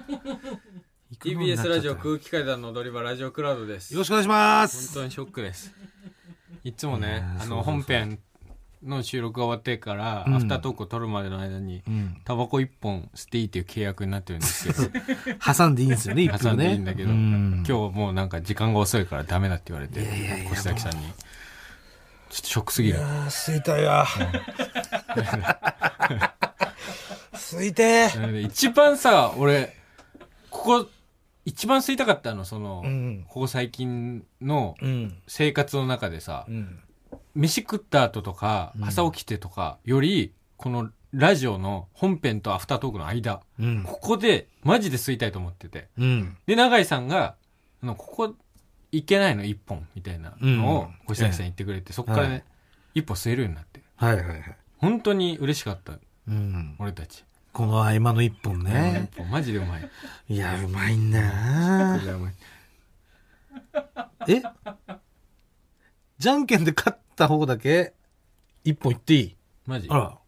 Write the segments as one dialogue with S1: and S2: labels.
S1: TBS ラジオ空気階段の踊り場ラジオクラウドです。
S2: よろしくお願いします。
S1: 本当にショックです。いつもね、本編の収録が終わってから、アフタートークを撮るまでの間に、タバコ1本吸っていいっていう契約になってるんですけど
S2: 挟んでいいんですよね、1分ね。
S1: 挟んでいいんだけど、今日もうなんか時間が遅いからダメだって言われて、越崎さんにちょっとショックすぎる。
S2: いやー吸いたいわ吸いてー。
S1: 一番さ、俺ここ一番吸いたかったの、その、ここ最近の生活の中でさ、飯食った後とか朝起きてとかより、このラジオの本編とアフタートークの間、ここでマジで吸いたいと思ってて、で永井さんがここいけないの一本みたいなのを越崎さん言ってくれて、そこからね、一本吸えるようになって、本当に嬉しかった、俺たち。
S2: この合間の一本ね、
S1: 一本マジでうまい。
S2: いやうまいんだよな。え、じゃんけんで勝った方だけ一本いっていい？
S1: マジ？
S2: あら、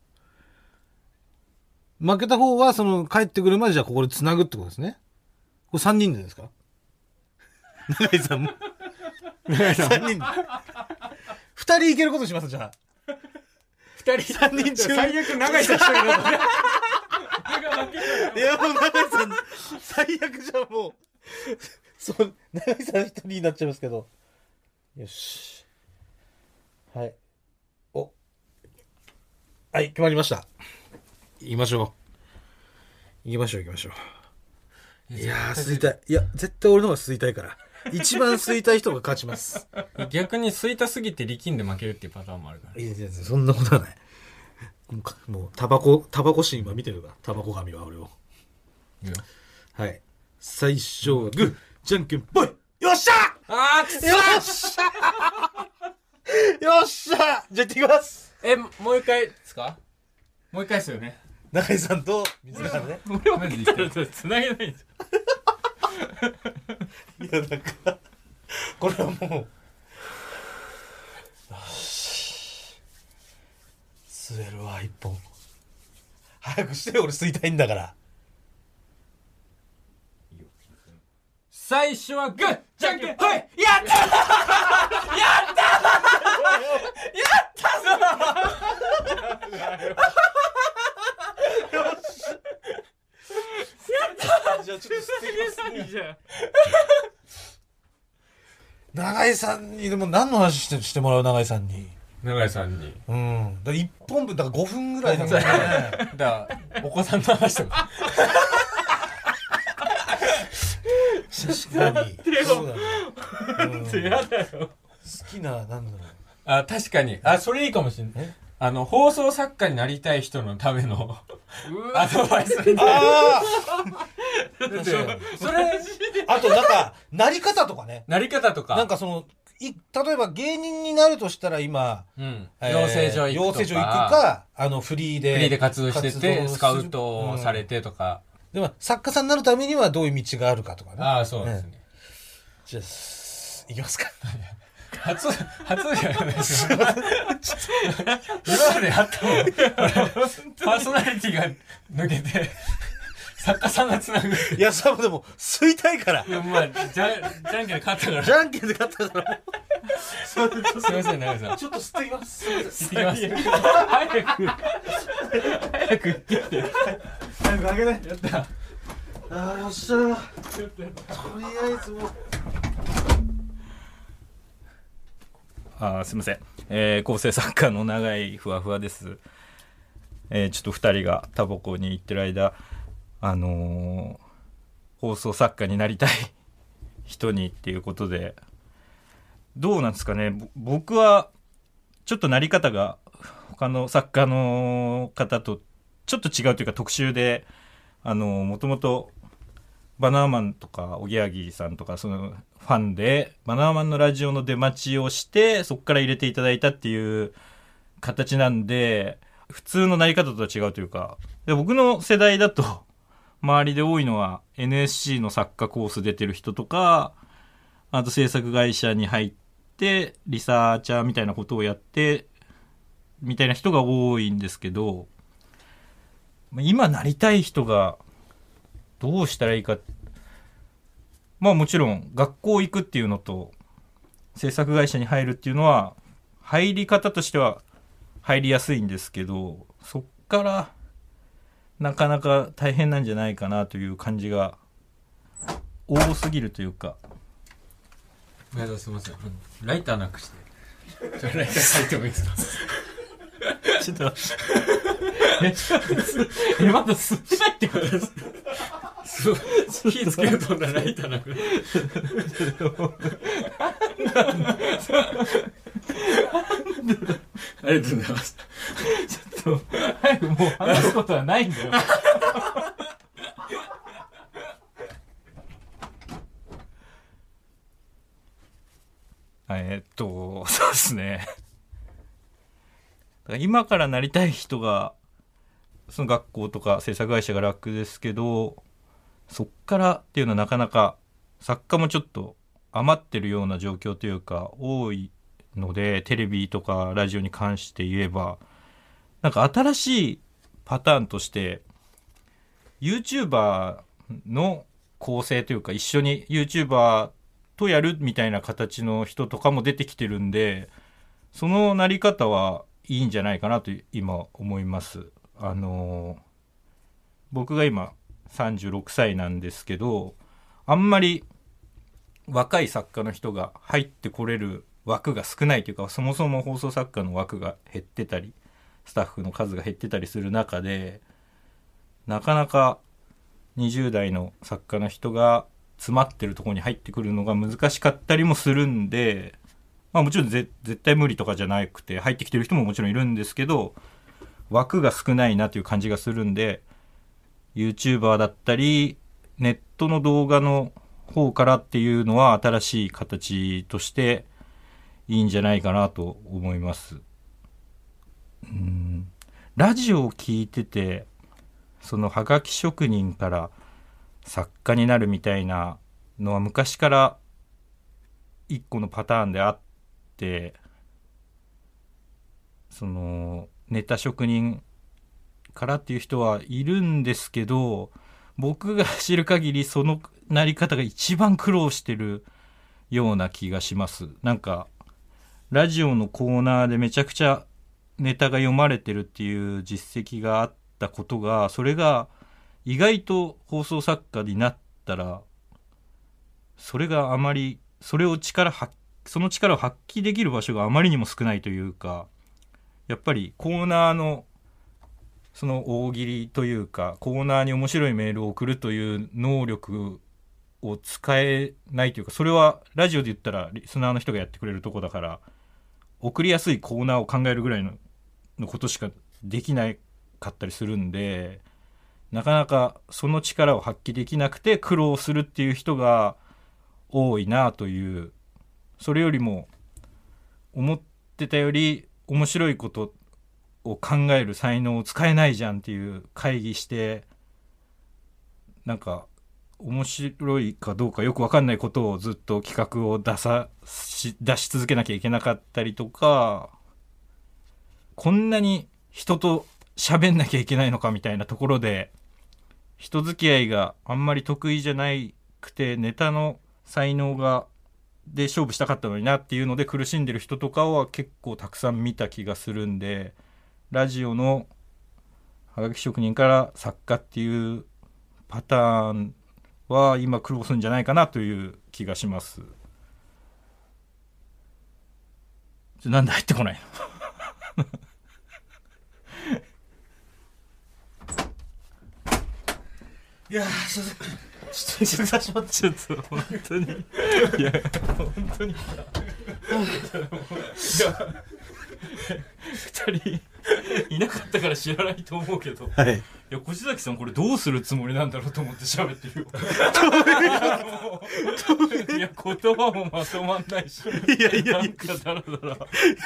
S2: 負けた方はその帰ってくるまでじゃあここで繋ぐってことですね。これ3人でですか？永井さんも3人で2人いけることします。じゃあ2人3人中
S1: 最悪永井さん一人だとね
S2: いやもう永井さん最悪じゃん。もうそう永井さん一人になっちゃいますけど、よし、はい、お、はい、決まりました。行きましょう。いやー吸いたい。いや絶対俺の方が吸いたいから一番吸いたい人が勝ちます
S1: 逆に吸いたすぎて力んで負けるっていうパターンもあるから。
S2: いやそんなことはない。もうタバコシーンは見てるから、タバコ神は俺を。はい、最初はグーじゃんけんぽい。よっしゃ
S1: あー、
S2: よっしゃよっしゃ。じゃあ行ってきます。
S1: もう一回ですか？もう一回ですよね。
S2: 中井さんと水川ね。
S1: 俺はマジで繋げないんですよ
S2: いやなんかこれはもうよし、吸えるわ一本。早くしてよ、俺吸いたいんだから。
S1: 最初はグーじゃんけんぽい。やったーやった
S2: じゃあちょっと吸ってきますね。永井さんにでも何の話してもらう？永井さんに。
S1: 永井さんに。
S2: だから1本分だから5分ぐらいだもんね。
S1: だからお子さんの話とか。
S2: 確かに。そうだね。
S1: やだよ。
S2: 好きななんだろう。
S1: あ、確かに。それいいかもしれない。放送作家になりたい人のためのアドバイスに。
S2: それあとなんかなり方とかね。
S1: なり方とか。
S2: なんかその例えば芸人になるとしたら今、
S1: 養成所行く
S2: かフリーで
S1: 活動しててスカウトされてとか。
S2: でも作家さんになるためにはどういう道があるかとかね。
S1: ああ、そうですね。
S2: じゃあいきますか。
S1: 初じゃないですか。今まであったもん。パーソナリティが抜けて作家さんがつなぐ。
S2: いや、そうでも吸いたいから。
S1: いや、まあじゃんけんで勝ったから。
S2: じゃんけんで勝ったから。
S1: すいません、長井さん。
S2: ちょっと吸ってきます。
S1: 吸ってきます。早く行ってきて。
S2: 早く開けて。
S1: やった。
S2: よっしゃ。とりあえずもう。
S3: すいません、構成作家の永井ふわふわです。ちょっと2人がタバコに行ってる間、放送作家になりたい人にっていうことで、どうなんですかね。僕はちょっとなり方が他の作家の方とちょっと違うというか特殊で、もともとバナーマンとかおぎやはぎさんとかそのファンでバナーマンのラジオの出待ちをしてそこから入れていただいたっていう形なんで、普通のなり方とは違うというか、で僕の世代だと周りで多いのは NSC の作家コース出てる人とか、あと制作会社に入ってリサーチャーみたいなことをやってみたいな人が多いんですけど、今なりたい人がどうしたらいいか。まあもちろん学校行くっていうのと制作会社に入るっていうのは入り方としては入りやすいんですけど、そっからなかなか大変なんじゃないかなという感じが多すぎるというか。
S1: すみません、ライターなくしてライター書いてもいいですか？
S3: ちょっとまだ吸ってないってことですか？
S1: 火つけるとんだライターなくありがとうございます。
S3: ちょっと早くもう話すことはないんだよ。そうですね。だから今からなりたい人がその学校とか制作会社が楽ですけど、そっからっていうのはなかなか作家もちょっと余ってるような状況というか多いので、テレビとかラジオに関して言えばなんか新しいパターンとして YouTuber の構成というか一緒に YouTuber とやるみたいな形の人とかも出てきてるんで、そのなり方はいいんじゃないかなと今思います。僕が今36歳なんですけど、あんまり若い作家の人が入ってこれる枠が少ないというか、そもそも放送作家の枠が減ってたりスタッフの数が減ってたりする中で、なかなか20代の作家の人が詰まってるところに入ってくるのが難しかったりもするんで、まあもちろん絶対無理とかじゃなくて入ってきてる人ももちろんいるんですけど、枠が少ないなという感じがするんで、 YouTuber だったりネットの動画の方からっていうのは新しい形としていいんじゃないかなと思います。ラジオを聞いてて、そのハガキ職人から作家になるみたいなのは昔から一個のパターンであって、そのネタ職人からっていう人はいるんですけど、僕が知る限りそのなり方が一番苦労してるような気がします。なんかラジオのコーナーでめちゃくちゃネタが読まれてるっていう実績があったことが、それが意外と放送作家になったらそれがあまりその力を発揮できる場所があまりにも少ないというか、やっぱりコーナーのその大喜利というかコーナーに面白いメールを送るという能力を使えないというか、それはラジオで言ったらリスナーの人がやってくれるとこだから、送りやすいコーナーを考えるぐらいのことしかできなかったりするんで、なかなかその力を発揮できなくて苦労するっていう人が多いなという、それよりも思ってたより面白いことを考える才能を使えないじゃんっていう会議して、なんか面白いかどうかよく分かんないことをずっと企画を出し続けなきゃいけなかったりとか、こんなに人と喋んなきゃいけないのかみたいなところで人付き合いがあんまり得意じゃなくて、ネタの才能で勝負したかったのになっていうので苦しんでる人とかは結構たくさん見た気がするんで、ラジオのはがき職人から作家っていうパターンは今苦労するんじゃないかなという気がします。なんで入ってこないの
S2: いやー、ちょっと
S3: 本当にいや本当に2人いなかったから知らないと思うけど、
S2: はい、
S3: いや越崎さんこれどうするつもりなんだろうと思って喋ってるよ。いや言葉もまとまんないし、なんかだらだら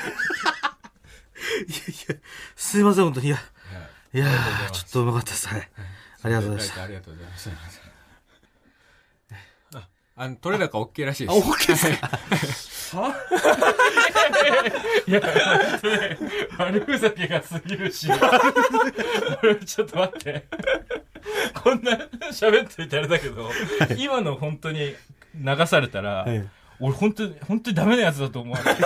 S2: すいません本当に。いやちょっとうまかったです。はい、ありがとうございました。
S1: ありがとうございました。取れ高 OK らしいです。
S2: OK ですか？
S3: いや悪ふざけが過ぎるし、ちょっと待って、 こんな喋っていてあれだけど、今の本当に流されたら、俺本当にダメなやつだと思われて。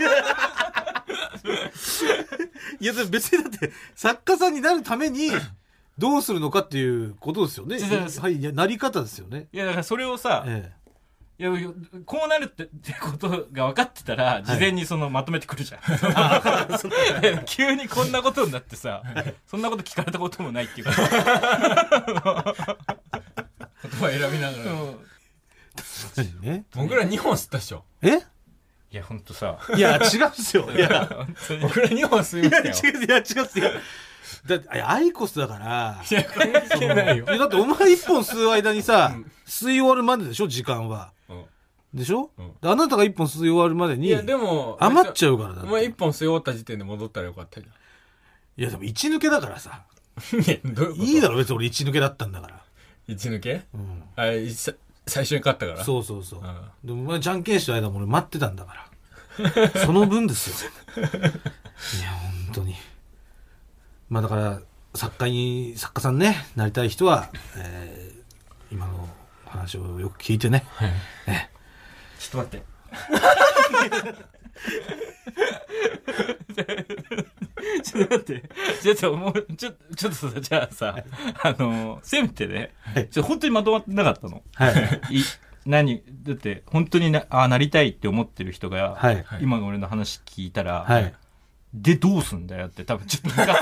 S2: いやでも別にだって作家さんになるためにどうするのかっていうことですよね。はい、いやなり方ですよね。
S3: いやだからそれをさ、いやこうなるってことが分かってたら事前にそのまとめてくるじゃん、急にこんなことになってさ、そんなこと聞かれたこともないっていうか言葉選びながら、
S1: ね、僕ら2本吸ったっしょ。
S3: いやほんとさ、
S2: いや違うんすよ。いや
S1: 僕ら2本吸いましたよ。
S2: いや違うだってアイコスだから。
S1: いや関係ないよ。
S2: だってお前1本吸う間にさ、吸い終わるまででしょ時間は。でしょ、あなたが1本吸い終わるまでに余っちゃうからだって。
S1: お前1本吸い終わった時点で戻ったらよかったじゃん。
S2: いやでも1抜けだからさ。
S1: どういうこと？
S2: いいだろ別に俺1抜けだったんだから。
S1: 1抜け？最初に勝ったから。
S2: そう、でもお前じゃんけんした間も俺待ってたんだからその分ですよ。いや本当にまあだから作家さんねなりたい人は、今の話をよく聞いてね、
S3: ちょっと待ってちょっと待ってちょっとさじゃあさせめてね、本当にまとまってなかったの、だって本当になりたいって思ってる人が、今の俺の話聞いたら、でどうすんだよって多分ちょっとなん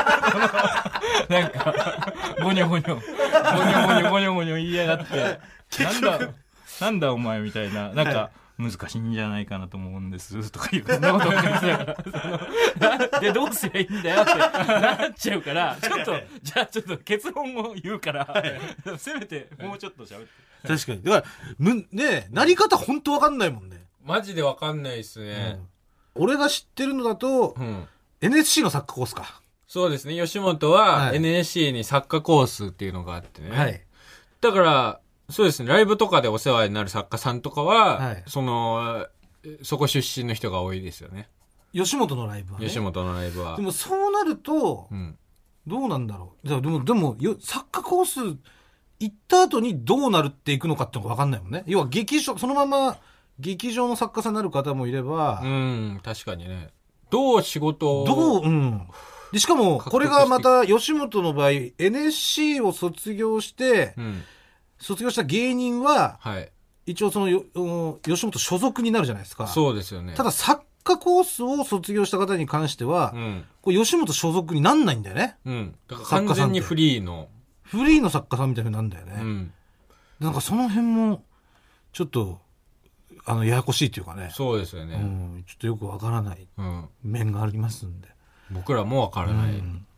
S3: かゴニョゴニョ言いやがってなんだお前みたいな、なんか難しいんじゃないかなと思うんですとかいうそんなことを言ってたからでどうすりゃいいんだよってなっちゃうからちょっと結論を言うから、せめてもうちょっと喋って。
S2: 確かにだからねなり方本当わかんないもんね。
S1: マジでわかんないっすね、
S2: 俺が知ってるのだと、NSC のサッカーコースか。
S1: そうですね。吉本は NSC にサッカーコースっていうのがあってね、だからそうですね、ライブとかでお世話になる作家さんとかは、そこ出身の人が多いですよね。
S2: 吉本のライブはね。
S1: 吉本のライブは。
S2: でもそうなると、どうなんだろう。でもサッカーコース行った後にどうなるっていくのかってのが分かんないもんね。要はそのまま劇場の作家さんになる方もいれば。
S1: 確かにね。どう仕事を。
S2: でしかも、これがまた吉本の場合、NSC を卒業して、卒業した芸人は、一応吉本所属になるじゃないですか。
S1: そうですよね。
S2: ただサッカーコースを卒業した方に関しては、これ吉本所属になんないんだよね。
S1: だから完全にフリーの
S2: 作家さんみたいになんだよね。なんかその辺も、ちょっと、ややこしいというかね。
S1: そうですよね。
S2: ちょっとよくわからない面がありますんで。
S1: 僕らもわからない。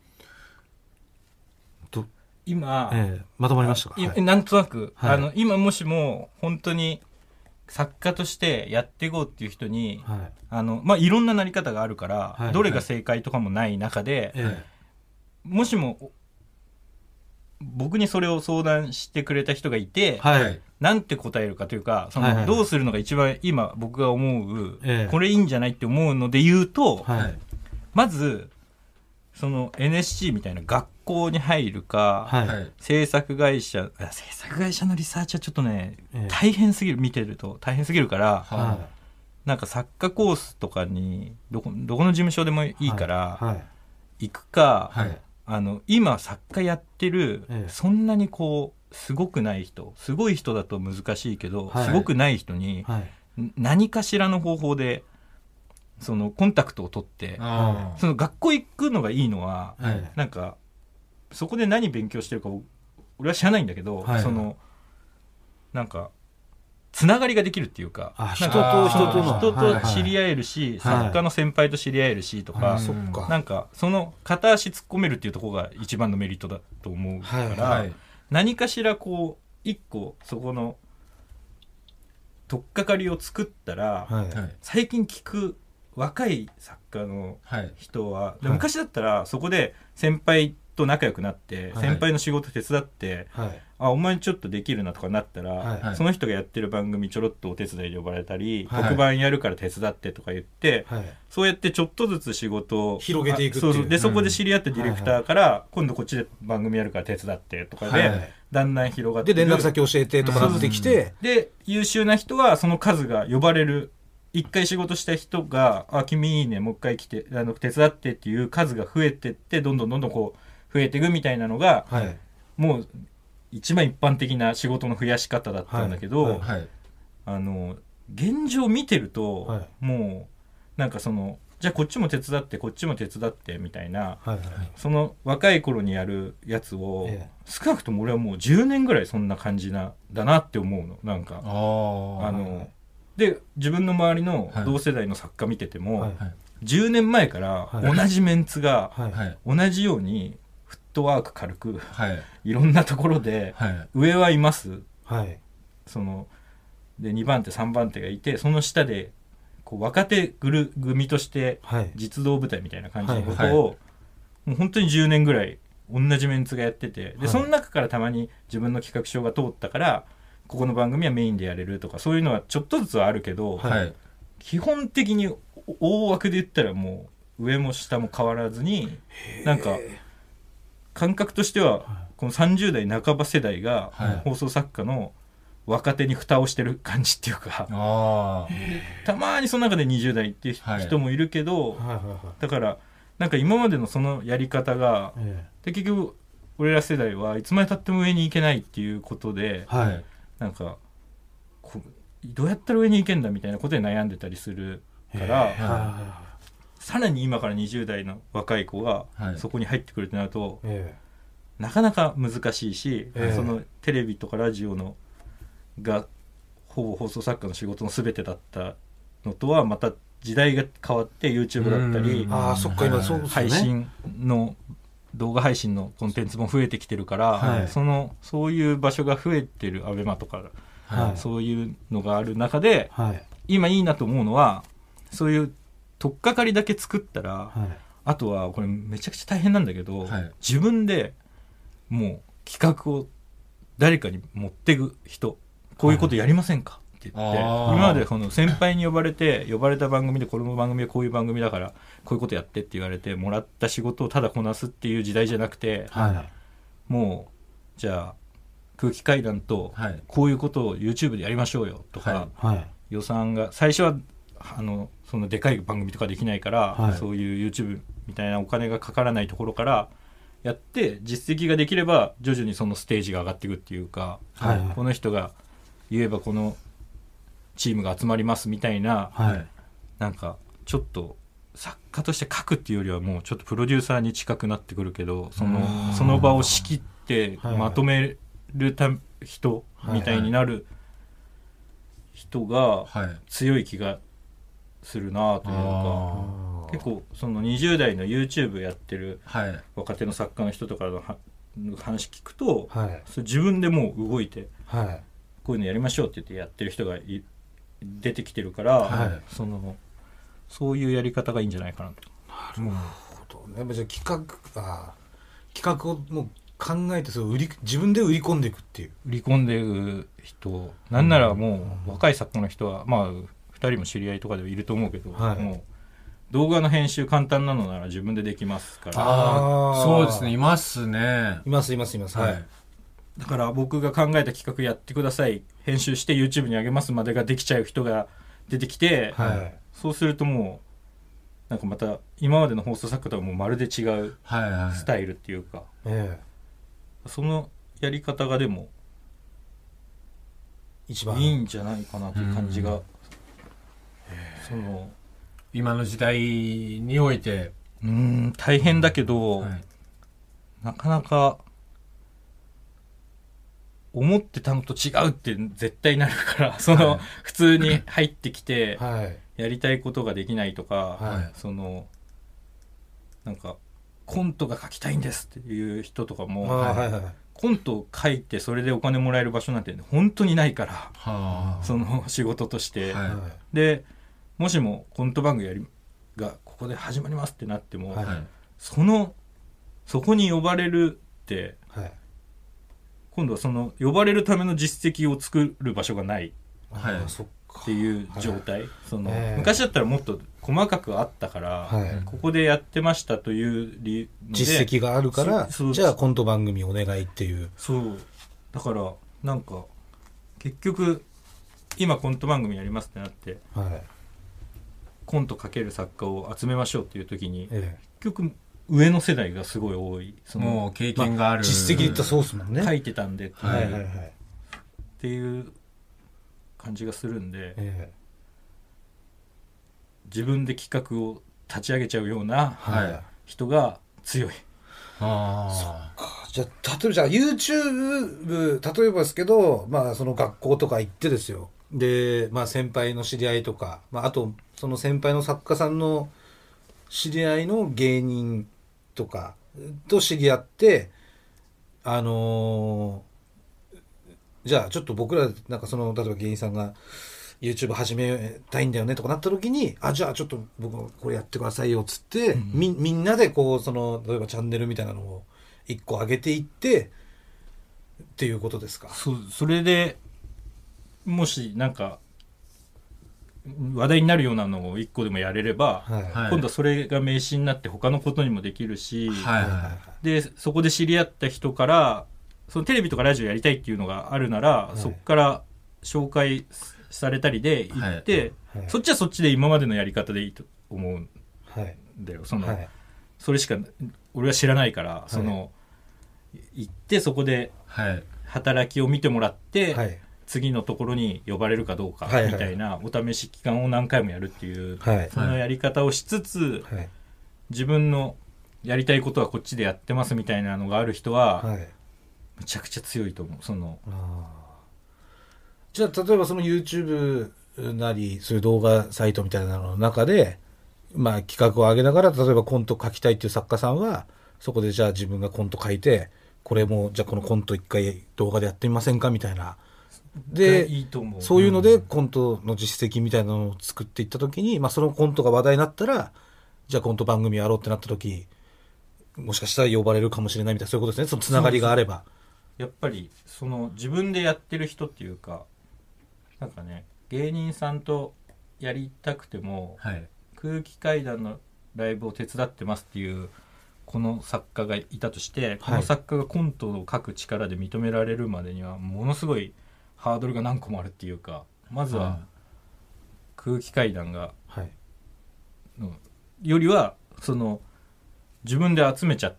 S3: 今、
S2: まとまりましたか？
S3: なんとなく、今もしも本当に作家としてやっていこうっていう人に、いろんななり方があるから、どれが正解とかもない中で、もしも僕にそれを相談してくれた人がいて、なんて答えるかというか、どうするのが一番今僕が思う、これいいんじゃないって思うので言うと、まずその NSC みたいな学校に入るか、制作会社のリサーチはちょっとね、大変すぎる、見てると大変すぎるから、なんか作家コースとかにどこの事務所でもいいから、行くか、今作家やってる、そんなにこうすごくない人、すごい人だと難しいけど、すごくない人に、何かしらの方法でそのコンタクトを取って、その学校行くのがいいのは、なんかそこで何勉強してるか俺は知らないんだけど、なんかつながりができるっていうか、
S2: 人と
S3: 知り合えるし、作家の先輩と知り合えるしとか、なんかその片足突っ込めるっていうところが一番のメリットだと思うから、何かしらこう一個そこの取っかかりを作ったら、最近聞く若い作家の人は、昔だったらそこで先輩と仲良くなって、先輩の仕事手伝って、 あお前ちょっとできるなとかなったら、
S2: はい
S3: その人がやってる番組ちょろっとお手伝いで呼ばれたり、
S2: はい
S3: 特番やるから手伝ってとか言って、
S2: はい
S3: そうやってちょっとずつ仕事を
S2: 広げていくっていう
S3: そうでそこで知り合ったディレクターから、今度こっちで番組やるから手伝ってとかで、
S2: はい、
S3: だんだん広がって
S2: で連絡先教えてとかなってきて、
S3: で優秀な人はその数が呼ばれる、一回仕事した人があ君いいねもう一回来て手伝ってっていう数が増えてって、どんどんこう増えていくみたいなのが、
S2: はい、
S3: もう一番一般的な仕事の増やし方だったんだけど、
S2: はいはい、
S3: 現状見てると、
S2: はい、
S3: もうなんかそのじゃあこっちも手伝ってこっちも手伝ってみたいな、
S2: はいはい、
S3: その若い頃にやるやつを、少なくとも俺はもう10年ぐらいそんな感じだなって思うの。なんかで自分の周りの同世代の作家見てても、はい、10年前から同じメンツが同じようにフットワーク軽く、はい、いろんなところで上はいます、はい、そので2番手3番手がいて、その下でこう若手組として実動部隊みたいな感じのことを、はいはい、もう本当に10年ぐらい同じメンツがやってて、でその中からたまに自分の企画書が通ったからここの番組はメインでやれるとか、そういうのはちょっとずつはあるけど、はい、基本的に大枠で言ったらもう上も下も変わらずに、なんか感覚としてはこの30代半ば世代が放送作家の若手に蓋をしてる感じっていうか、たまにその中で20代っていう人もいるけど、だからなんか今までのそのやり方が、で結局俺ら世代はいつまでたっても上に行けないっていうことで、なんかどうやったら上に行けんだみたいなことで悩んでたりするから、さらに今から20代の若い子がそこに入ってくるとなると、なかなか難しいし、そのテレビとかラジオのがほぼ放送作家の仕事の全てだったのとはまた時代が変わって YouTube だったり、配信の動画配信のコンテンツも増えてきてるから、はい、そういう場所が増えてるアベマとか、はい、そういうのがある中で、はい、今いいなと思うのはそういう取っかかりだけ作ったら、はい、あとはこれめちゃくちゃ大変なんだけど、はい、自分でもう企画を誰かに持っていく人、こういうことやりませんか、はい、って言って、今までこの先輩に呼ばれた番組で、この番組はこういう番組だからこういうことやってって言われてもらった仕事をただこなすっていう時代じゃなくて、はい、もうじゃあ空気階段とこういうことを YouTube でやりましょうよとか、はい、予算が最初はそのでかい番組とかできないから、はい、そういう YouTube みたいなお金がかからないところからやって実績ができれば徐々にそのステージが上がっていくっていうか、はい、この人が言えばこのチームが集まりますみたいな、はい、なんかちょっと作家として書くっていうよりはもうちょっとプロデューサーに近くなってくるけど、その場を仕切ってまとめる人みたいになる人が強い気がするなというか、結構その20代の YouTube やってる若手の作家の人とかの話聞くと、それ自分でもう動いてこういうのやりましょうって言ってやってる人が出てきてるから、そういうやり方がいいんじゃないかなと。
S2: なるほどね。じゃあ企画をもう考えて自分で売り込んでいくっていう。
S3: 売り込んでいく人、なんならもう若い作家の人は、まあ2人も知り合いとかではいると思うけど、はい、もう動画の編集簡単なのなら自分でできますから。
S1: そうですね、いますね。
S2: います、はい。
S3: だから僕が考えた企画やってください、編集して YouTube に上げますまでができちゃう人が出てきて、はい、そうするともうなんかまた今までの放送作家とはもうまるで違うスタイルっていうか、そのやり方がでも一番いいんじゃないかなという感じが、
S1: 今の時代において
S3: 大変だけど、なかなか思ってたのと違うって絶対なるから普通に入ってきてやりたいことができないとか、なんかコントが書きたいんですっていう人とかも、コントを書いてそれでお金もらえる場所なんて本当にないから、その仕事として、でもしもコント番組がここで始まりますってなっても、そこに呼ばれるって、 今度はその呼ばれるための実績を作る場所がないっていう状態、その昔だったらもっと細かくあったから、ここでやってましたという理由で
S2: 実績があるからじゃあコント番組お願いっていう。
S3: そうだからなんか結局今コント番組やりますってなって、コントかける作家を集めましょうっていう時に、結局上の世代がすごい多い、その
S1: もう経験がある、
S2: 実績で言ったらそうですもんね、
S3: 書いてたんでっていう感じがするんで、自分で企画を立ち上げちゃうような人が強い。
S2: そっか。じゃあ例えばじゃあ YouTube 例えばですけど、まあその学校とか行ってですよ、でまあ先輩の知り合いとか、まあ、あとその先輩の作家さんの知り合いの芸人とかと知り合って、じゃあちょっと僕らなんかその例えば芸人さんが YouTube 始めたいんだよねとかなった時に、じゃあちょっと僕これやってくださいよっつって、みんなでこうその例えばチャンネルみたいなのを一個上げていってっていうことですか。
S3: それでもしなんか話題になるようなのを一個でもやれれば、今度はそれが名刺になって他のことにもできるし、でそこで知り合った人からそのテレビとかラジオやりたいっていうのがあるなら、そこから紹介されたりで行って、そっちはそっちで今までのやり方でいいと思うんだよ。それしか俺は知らないから、その行ってそこで働きを見てもらって、次のところに呼ばれるかどうかみたいなお試し期間を何回もやるっていう、そのやり方をしつつ、自分のやりたいことはこっちでやってますみたいなのがある人は、めちゃくちゃ強いと思う。
S2: じゃあ例えばその YouTube なりそういう動画サイトみたいなのの中で、まあ、企画を上げながら例えばコント書きたいっていう作家さんはそこでじゃあ自分がコント書いて、これもじゃあこのコント一回動画でやってみませんかみたいなで、
S3: いいと思う。
S2: そういうのでコントの実績みたいなのを作っていった時に、まあ、そのコントが話題になったらじゃあコント番組やろうってなった時もしかしたら呼ばれるかもしれないみたいな、そういうことですね。そのつながりがあれば
S3: やっぱりその自分でやってる人っていうか、なんかね、芸人さんとやりたくても、空気階段のライブを手伝ってますっていうこの作家がいたとして、この作家がコントを書く力で認められるまでにはものすごいハードルが何個もあるっていうか、まずは空気階段が、よりはその自分で集めちゃって、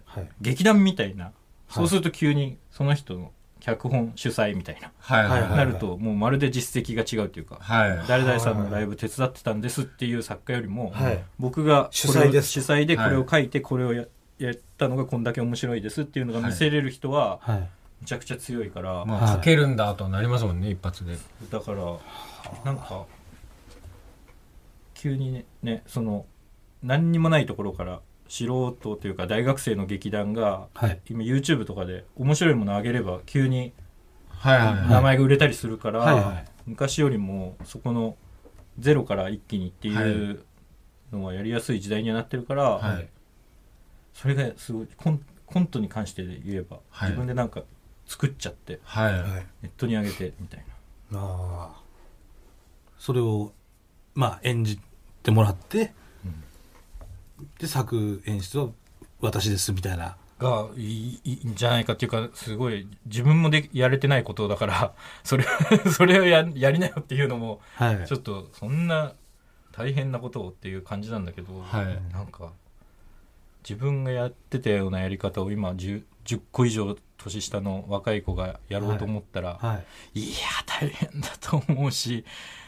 S3: 劇団みたいな、そうすると急にその人の脚本主催みたいな、なるともうまるで実績が違うというか、誰々さんのライブ手伝ってたんですっていう作家よりも、僕が主催でこれを書いてこれを やったのがこんだけ面白いですっていうのが見せれる人はめちゃくちゃ強いから、
S1: 書けるんだとなりますもんね、一発で。
S3: だからなんか急に ね、その何にもないところから素人というか大学生の劇団が、今 YouTube とかで面白いものあげれば急に名前が売れたりするから、昔よりもそこのゼロから一気にっていうのはやりやすい時代にはなってるから、それがすごいコントに関してで言えば、自分でなんか作っちゃって、ネットに上げてみたいな、
S2: それをまあ演じてもらって、で作演出は私ですみたいな
S3: がいいんじゃないかっていうか、すごい自分もやれてないことだからそれをやりなよっていうのも、ちょっとそんな大変なことをっていう感じなんだけど、なんか自分がやってたようなやり方を今 10個以上年下の若い子がやろうと思ったら、いや大変だと思うし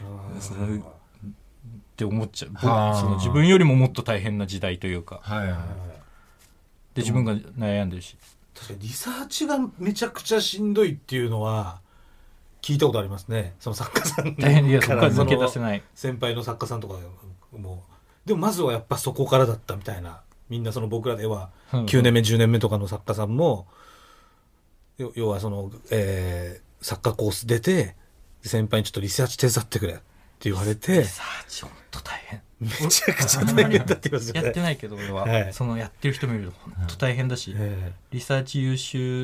S3: って思っちゃう。その自分よりももっと大変な時代というか、で自分が悩んでるし、
S2: 確かにリサーチがめちゃくちゃしんどいっていうのは聞いたことありますね。その作家さん
S3: 大変で、そこから抜け出せない
S2: 先輩の作家さんとかも、でもまずはやっぱそこからだったみたいな、みんなその僕らでは9年目10年目とかの作家さんも、要はその、作家コース出て先輩にちょっとリサーチ手伝ってくれって言われて、
S3: リサーチ本当大変、
S2: めちゃくちゃ大変だって言いますよね。
S3: やってないけど俺は、そのやってる人見ると本当大変だし、リサーチ優秀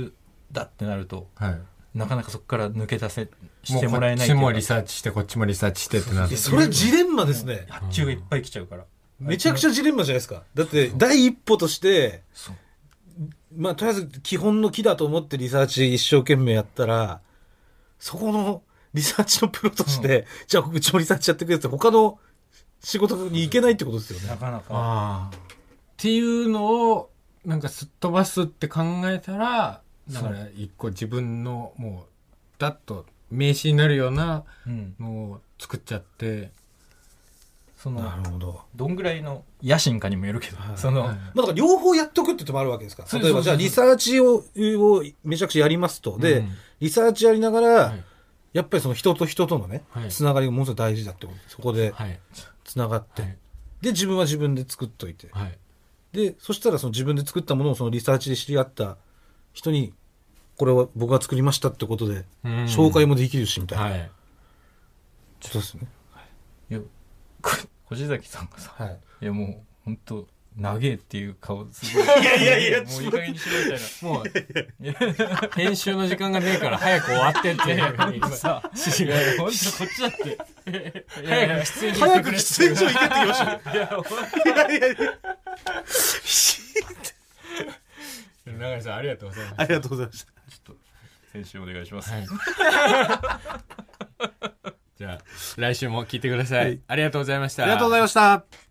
S3: だってなると、
S1: はい、
S3: なかなかそこから抜け出してもらえない。
S1: こっちもリサーチしてこっちもリサーチしてってなって、
S2: それジレンマですね。
S3: 発注がいっぱい来ちゃうから、
S2: めちゃくちゃジレンマじゃないですか。だって第一歩として、まあとりあえず基本の木だと思ってリサーチ一生懸命やったら、そこのリサーチのプロとして、じゃあうちもリサーチやってくれって他の仕事に行けないってことですよね。
S3: なかなか。
S1: っていうのをなんかすっ飛ばすって考えたら、だから一個自分のもうダッと名刺になるようなのを作っちゃって、
S2: なるほど。
S3: どんぐらいの野心かにもよるけど、
S2: まあだから両方やっとくって手もあるわけですか。例えばじゃあリサーチをめちゃくちゃやりますと、でリサーチやりながら、やっぱりその人と人とのね、つながりがものすごい大事だってことで、そこでつながって、で自分は自分で作っといて、でそしたらその自分で作ったものをそのリサーチで知り合った人に、これは僕が作りましたってことで紹介もできるしみたいな、そうですね。
S3: いや越崎さんがさ、いやもう本当長えっていう顔すごい。いやもういい加減にしろみたいな。も
S1: う編集の時間がねえから早く終わってってさ、
S3: 本当こっちだって
S2: 早く喫煙所行けってきました。
S1: 永井さんありがとうございます。
S2: ありがとうございました。
S3: ちょっと編集お願いします。
S1: じゃあ来週も聞いてください。ありがとうございました。
S2: ありがとうございました。